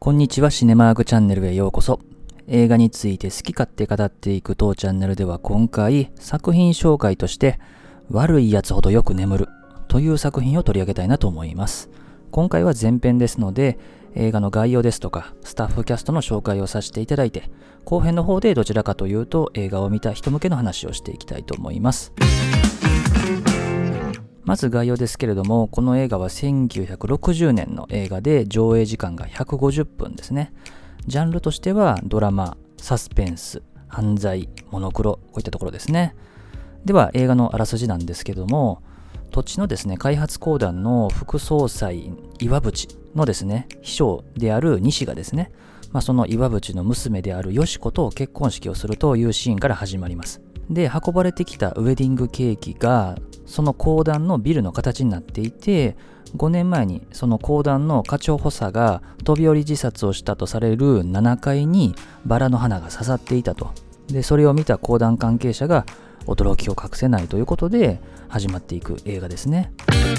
こんにちは、シネマーグチャンネルへようこそ。映画について好き勝手語っていく当チャンネルでは今回作品紹介として悪いやつほどよく眠るという作品を取り上げたいなと思います。今回は前編ですので映画の概要ですとかスタッフキャストの紹介をさせていただいて、後編の方でどちらかというと映画を見た人向けの話をしていきたいと思います。まず概要ですけれども、この映画は1960年の映画で上映時間が150分ですね。ジャンルとしてはドラマ、サスペンス、犯罪、モノクロ、こういったところですね。では映画のあらすじなんですけども、土地のですね開発公団の副総裁岩渕のですね秘書である西がですね、その岩渕の娘であるよし子と結婚式をするというシーンから始まります。で、運ばれてきたウェディングケーキがその公団のビルの形になっていて、5年前にその公団の課長補佐が飛び降り自殺をしたとされる7階にバラの花が刺さっていたと。で、それを見た公団関係者が驚きを隠せないということで始まっていく映画ですね。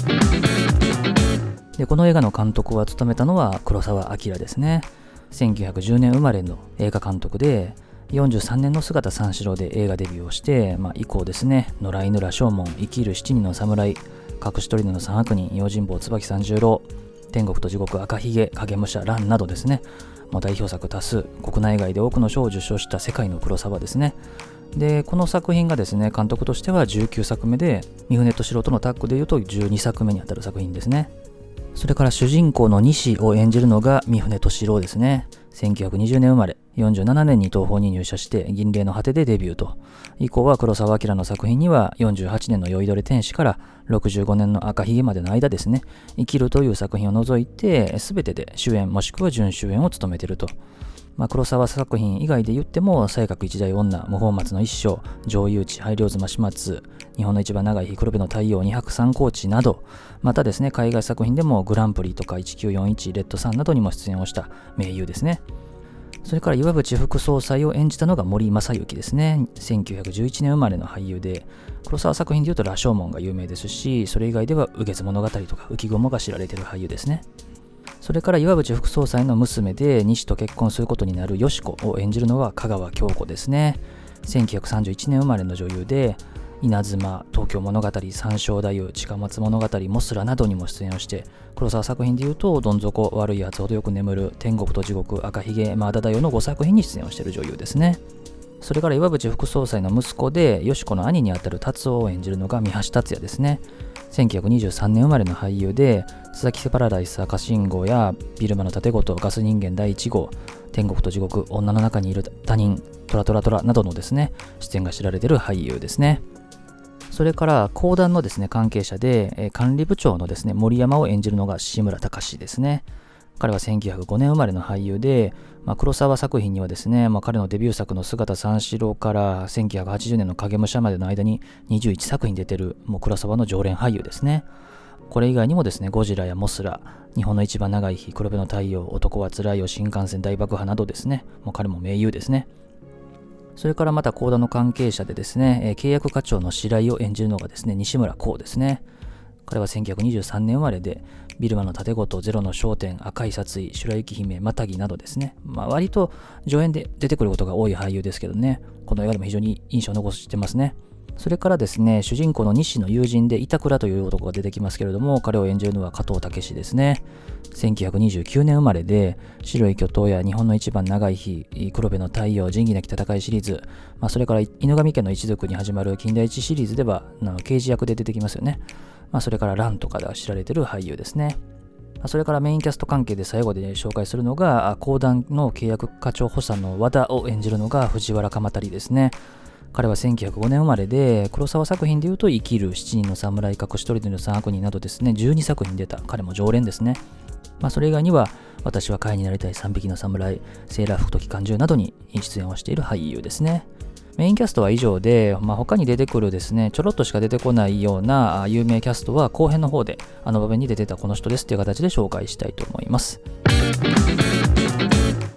で、この映画の監督は務めたのは黒澤明ですね。1910年生まれの映画監督で、43年の姿三四郎で映画デビューをして、以降ですね、野良犬羅生門、生きる七人の侍、隠し砦の三悪人、用心棒椿三十郎、天国と地獄赤ひげ、影武者乱などですね、代表作多数、国内外で多くの賞を受賞した世界の黒沢ですね。で、この作品がですね、監督としては19作目で、三船敏郎とのタッグでいうと12作目にあたる作品ですね。それから主人公の西を演じるのが三船敏郎ですね。1920年生まれ、47年に東宝に入社して銀嶺の果てでデビューと。以降は黒澤明の作品には48年の酔いどれ天使から65年の赤ひげまでの間ですね、生きるという作品を除いて全てで主演もしくは準主演を務めていると。黒澤作品以外で言っても西閣一代女、無法松の一生、上遊地、拝領妻始末、日本の一番長い日、黒部の太陽、203高地など、またですね、海外作品でもグランプリとか1941、レッドサンなどにも出演をした名優ですね。それから岩渕副総裁を演じたのが森正幸ですね。1911年生まれの俳優で、黒澤作品でいうと羅生門が有名ですし、それ以外では雨月物語とか浮雲が知られている俳優ですね。それから岩渕副総裁の娘で西と結婚することになるよし子を演じるのは香川京子ですね。1931年生まれの女優で、稲妻、東京物語、三正太夫、近松物語、モスラなどにも出演をして、黒澤作品でいうとどん底、悪いやつほどよく眠る、天国と地獄、赤ひげ、マーダダヨの5作品に出演をしている女優ですね。それから岩渕副総裁の息子でよし子の兄にあたる達夫を演じるのが三橋達也ですね。1923年生まれの俳優で、須崎セパラダイス赤信号やビルマの盾ごと、ガス人間第1号、天国と地獄、女の中にいる他人、トラトラトラなどのですね出演が知られている俳優ですね。それから公団のですね関係者で管理部長のですね森山を演じるのが志村隆ですね。彼は1905年生まれの俳優で、黒沢作品にはですね、彼のデビュー作の姿三四郎から1980年の影武者までの間に21作品出てる黒沢の常連俳優ですね。これ以外にもですね、ゴジラやモスラ、日本の一番長い日、黒部の太陽、男はつらいよ、新幹線大爆破などですね、彼も名優ですね。それからまた公団の関係者でですね、契約課長の白井を演じるのがですね、西村光ですね。彼は1923年生まれで、ビルマの盾ごと、ゼロの焦点、赤い殺意、白雪姫、マタギなどですね、割と上演で出てくることが多い俳優ですけどね、この映画でも非常に印象を残してますね。それからですね、主人公の西の友人で板倉という男が出てきますけれども、彼を演じるのは加藤武ですね。1929年生まれで、白い巨頭や日本の一番長い日、黒部の太陽、仁義なき戦いシリーズ、それから犬神家の一族に始まる金田一シリーズでは刑事役で出てきますよね。それから乱とかでは知られている俳優ですね。それからメインキャスト関係で最後で紹介するのが、公団の契約課長補佐の和田を演じるのが藤原鎌足ですね。彼は1905年生まれで、黒沢作品でいうと生きる、七人の侍、隠し砦の三悪人などですね、12作品出た。彼も常連ですね。それ以外には、私は貝になりたい、3匹の侍、セーラー服と機関銃などに出演をしている俳優ですね。メインキャストは以上で、他に出てくるですね、ちょろっとしか出てこないような有名キャストは後編の方で、場面に出てたこの人ですという形で紹介したいと思います。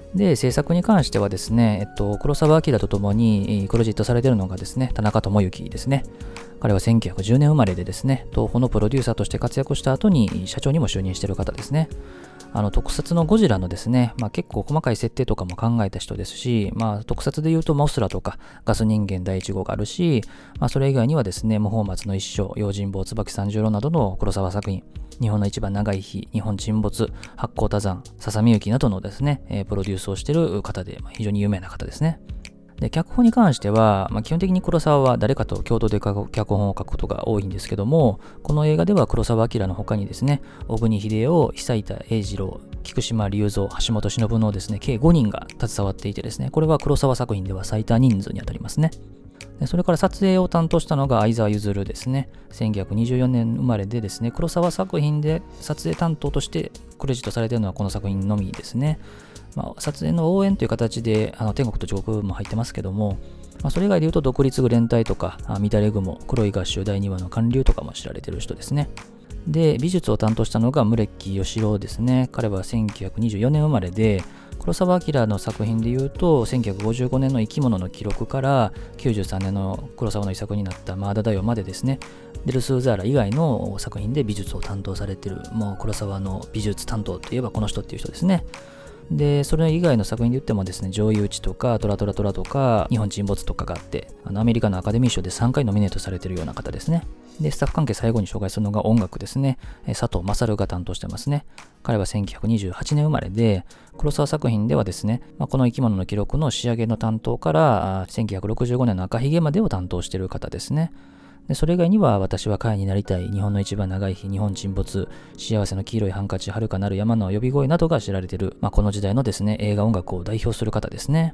で、制作に関してはですね、黒澤明とともにクレジットされているのがですね、田中智之ですね。彼は1910年生まれでですね、東宝のプロデューサーとして活躍した後に社長にも就任している方ですね。特撮のゴジラのですね、結構細かい設定とかも考えた人ですし、特撮で言うとモスラとかガス人間第1号があるし、それ以外にはですね、無法松の一生、用心棒、椿三十郎などの黒沢作品、日本の一番長い日、日本沈没、八甲田山、笹見雪などのですね、プロデュースをしている方で、非常に有名な方ですね。で、脚本に関しては、基本的に黒沢は誰かと共同で脚本を書くことが多いんですけども、この映画では黒澤明の他にですね、小国秀夫、久板英二郎、菊島隆三、橋本忍のですね、計5人が携わっていてですね、これは黒沢作品では最多人数にあたりますね。でそれから撮影を担当したのが相沢譲ですね。1924年生まれでですね、黒沢作品で撮影担当としてクレジットされているのはこの作品のみですね。撮影の応援という形で天国と地獄も入ってますけども、それ以外で言うと独立連隊とか乱れ雲、黒い合衆第2話の韓流とかも知られている人ですね。で、美術を担当したのが村木義郎ですね。彼は1924年生まれで、黒澤明の作品で言うと1955年の生き物の記録から93年の黒澤の遺作になったマーダだよまでですね、デルスーザーラ以外の作品で美術を担当されている、もう黒澤の美術担当といえばこの人っていう人ですね。で、それ以外の作品で言ってもですね、上位打ちとかトラトラトラとか日本沈没とかがあって、アメリカのアカデミー賞で3回ノミネートされているような方ですね。で、スタッフ関係最後に紹介するのが音楽ですね。佐藤勝が担当してますね。彼は1928年生まれで、黒沢作品ではですね、この生き物の記録の仕上げの担当から1965年の赤ひげまでを担当している方ですね。でそれ以外には、私は貝になりたい、日本の一番長い日、日本沈没、幸せの黄色いハンカチ、遥かなる山の呼び声などが知られている、この時代のですね、映画音楽を代表する方ですね。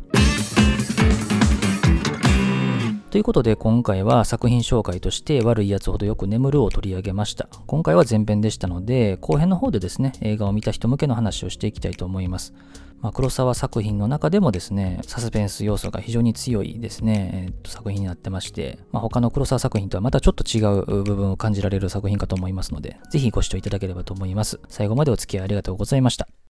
ということで、今回は作品紹介として悪いやつほどよく眠るを取り上げました。今回は前編でしたので、後編の方でですね、映画を見た人向けの話をしていきたいと思います。黒沢作品の中でもですね、サスペンス要素が非常に強いですね、作品になってまして、他の黒沢作品とはまたちょっと違う部分を感じられる作品かと思いますので、ぜひご視聴いただければと思います。最後までお付き合いありがとうございました。